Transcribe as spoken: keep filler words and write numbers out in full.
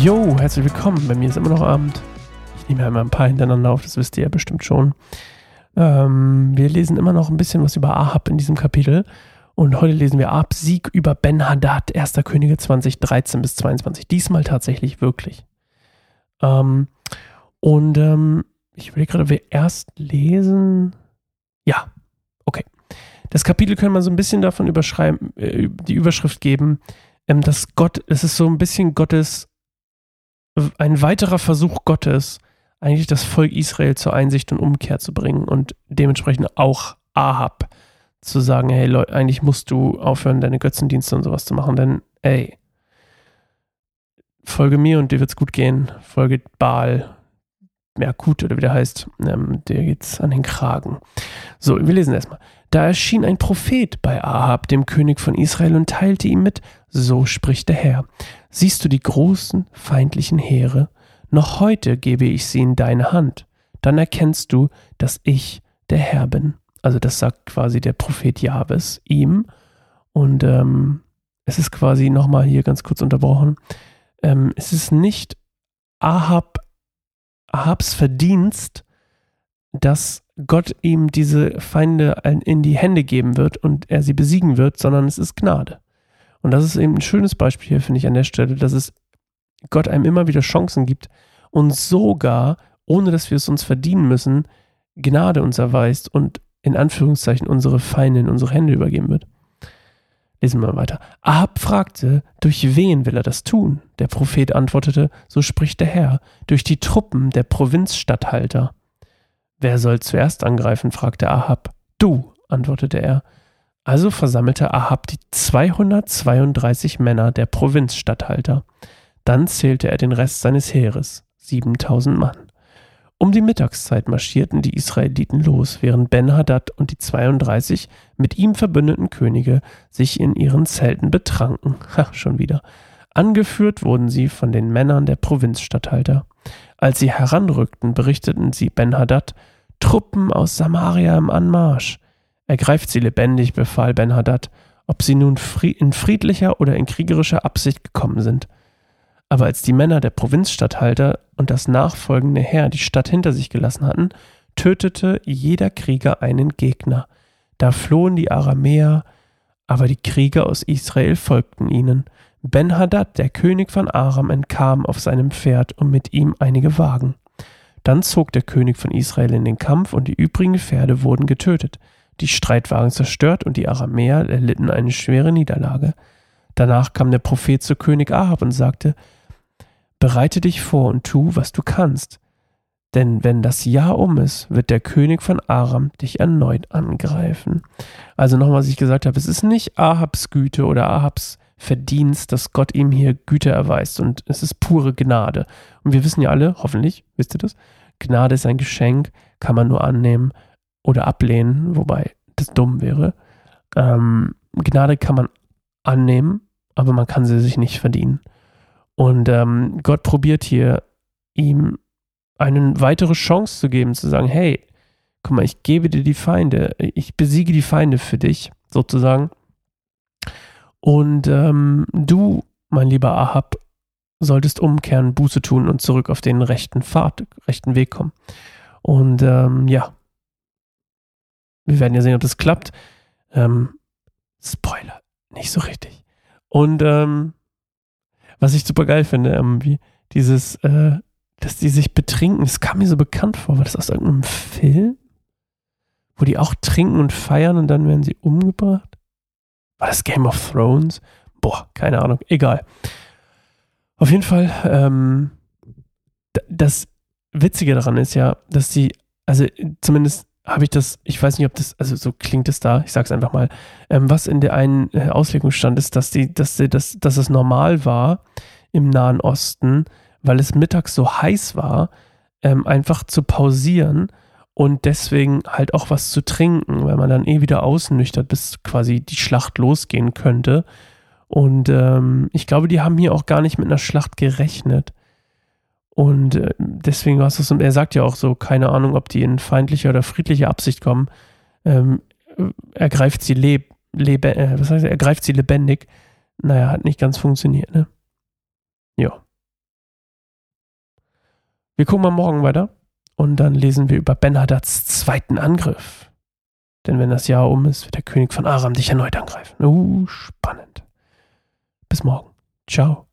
Jo, herzlich willkommen. Bei mir ist immer noch Abend. Ich nehme ja immer ein paar hintereinander auf, das wisst ihr ja bestimmt schon. Ähm, wir lesen immer noch ein bisschen was über Ahab in diesem Kapitel. Und heute lesen wir Ahabs Sieg über Ben-Hadad, erster Könige zwanzig dreizehn bis zweiundzwanzig. Diesmal tatsächlich wirklich. Ähm, und ähm, ich überlege gerade, ob wir erst lesen. Ja, okay. Das Kapitel können wir so ein bisschen davon überschreiben, äh, die Überschrift geben, ähm, dass Gott, es ist so ein bisschen Gottes, ein weiterer Versuch Gottes, eigentlich das Volk Israel zur Einsicht und Umkehr zu bringen und dementsprechend auch Ahab zu sagen, hey Leute, eigentlich musst du aufhören, deine Götzendienste und sowas zu machen, denn ey, folge mir und dir wird's gut gehen, folge Baal, Merkut oder wie der heißt, ähm, der geht's an den Kragen. So, wir lesen erstmal. Da erschien ein Prophet bei Ahab, dem König von Israel, und teilte ihm mit, so spricht der Herr, siehst du die großen feindlichen Heere? Noch heute gebe ich sie in deine Hand. Dann erkennst du, dass ich der Herr bin. Also das sagt quasi der Prophet Jahwes ihm. Und ähm, es ist quasi nochmal hier ganz kurz unterbrochen. Ähm, es ist nicht Ahab, Ahabs Verdienst, dass Gott ihm diese Feinde in die Hände geben wird und er sie besiegen wird, sondern es ist Gnade. Und das ist eben ein schönes Beispiel hier, finde ich, an der Stelle, dass es Gott einem immer wieder Chancen gibt und sogar, ohne dass wir es uns verdienen müssen, Gnade uns erweist und in Anführungszeichen unsere Feinde in unsere Hände übergeben wird. Lesen wir mal weiter. Ahab fragte, durch wen will er das tun? Der Prophet antwortete, so spricht der Herr, durch die Truppen der Provinzstatthalter. Wer soll zuerst angreifen? Fragte Ahab. Du, antwortete er. Also versammelte Ahab die zweihundertzweiunddreißig Männer der Provinzstatthalter. Dann zählte er den Rest seines Heeres, siebentausend Mann. Um die Mittagszeit marschierten die Israeliten los, während Ben-Hadad und die zweiunddreißig mit ihm verbündeten Könige sich in ihren Zelten betranken. Ha, schon wieder. Angeführt wurden sie von den Männern der Provinzstatthalter. Als sie heranrückten, berichteten sie Ben-Hadad, Truppen aus Samaria im Anmarsch. Ergreift sie lebendig, befahl Ben-Hadad, ob sie nun in friedlicher oder in kriegerischer Absicht gekommen sind. Aber als die Männer der Provinzstatthalter und das nachfolgende Heer die Stadt hinter sich gelassen hatten, tötete jeder Krieger einen Gegner. Da flohen die Aramäer, aber die Krieger aus Israel folgten ihnen. Ben-Hadad, der König von Aram, entkam auf seinem Pferd und mit ihm einige Wagen. Dann zog der König von Israel in den Kampf und die übrigen Pferde wurden getötet, die Streitwagen zerstört und die Aramäer erlitten eine schwere Niederlage. Danach kam der Prophet zu König Ahab und sagte, bereite dich vor und tu, was du kannst, denn wenn das Jahr um ist, wird der König von Aram dich erneut angreifen. Also nochmal, was ich gesagt habe, es ist nicht Ahabs Güte oder Ahabs Verdienst, dass Gott ihm hier Güte erweist und es ist pure Gnade. Und wir wissen ja alle, hoffentlich, wisst ihr das, Gnade ist ein Geschenk, kann man nur annehmen oder ablehnen, wobei das dumm wäre. Ähm, Gnade kann man annehmen, aber man kann sie sich nicht verdienen. Und ähm, Gott probiert hier, ihm eine weitere Chance zu geben, zu sagen, hey, guck mal, ich gebe dir die Feinde, ich besiege die Feinde für dich, sozusagen. Und ähm, du, mein lieber Ahab, solltest umkehren, Buße tun und zurück auf den rechten Pfad, rechten Weg kommen. Und ähm, ja, wir werden ja sehen, ob das klappt. Ähm, Spoiler, nicht so richtig. Und ähm, was ich super geil finde, irgendwie, dieses, äh, dass die sich betrinken, das kam mir so bekannt vor. War das aus irgendeinem Film? Wo die auch trinken und feiern und dann werden sie umgebracht? War das Game of Thrones? Boah, keine Ahnung, egal. Auf jeden Fall, ähm, das Witzige daran ist ja, dass sie, also zumindest habe ich das, ich weiß nicht, ob das, also so klingt es da, ich sag's einfach mal, ähm, was in der einen äh, Auslegung stand, ist, dass die, dass sie, dass, dass es normal war im Nahen Osten, weil es mittags so heiß war, ähm, einfach zu pausieren und deswegen halt auch was zu trinken, weil man dann eh wieder ausnüchtert, bis quasi die Schlacht losgehen könnte. Und ähm, ich glaube, die haben hier auch gar nicht mit einer Schlacht gerechnet. Und äh, deswegen war es so, er sagt ja auch so, keine Ahnung, ob die in feindlicher oder friedlicher Absicht kommen, ähm, er greift sie leb, lebe, äh, was heißt er, er greift sie lebendig. Naja, hat nicht ganz funktioniert, ne? Ja. Wir gucken mal morgen weiter und dann lesen wir über Ben-Hadads zweiten Angriff. Denn wenn das Jahr um ist, wird der König von Aram dich erneut angreifen. Uh, spannend. Bis morgen. Ciao.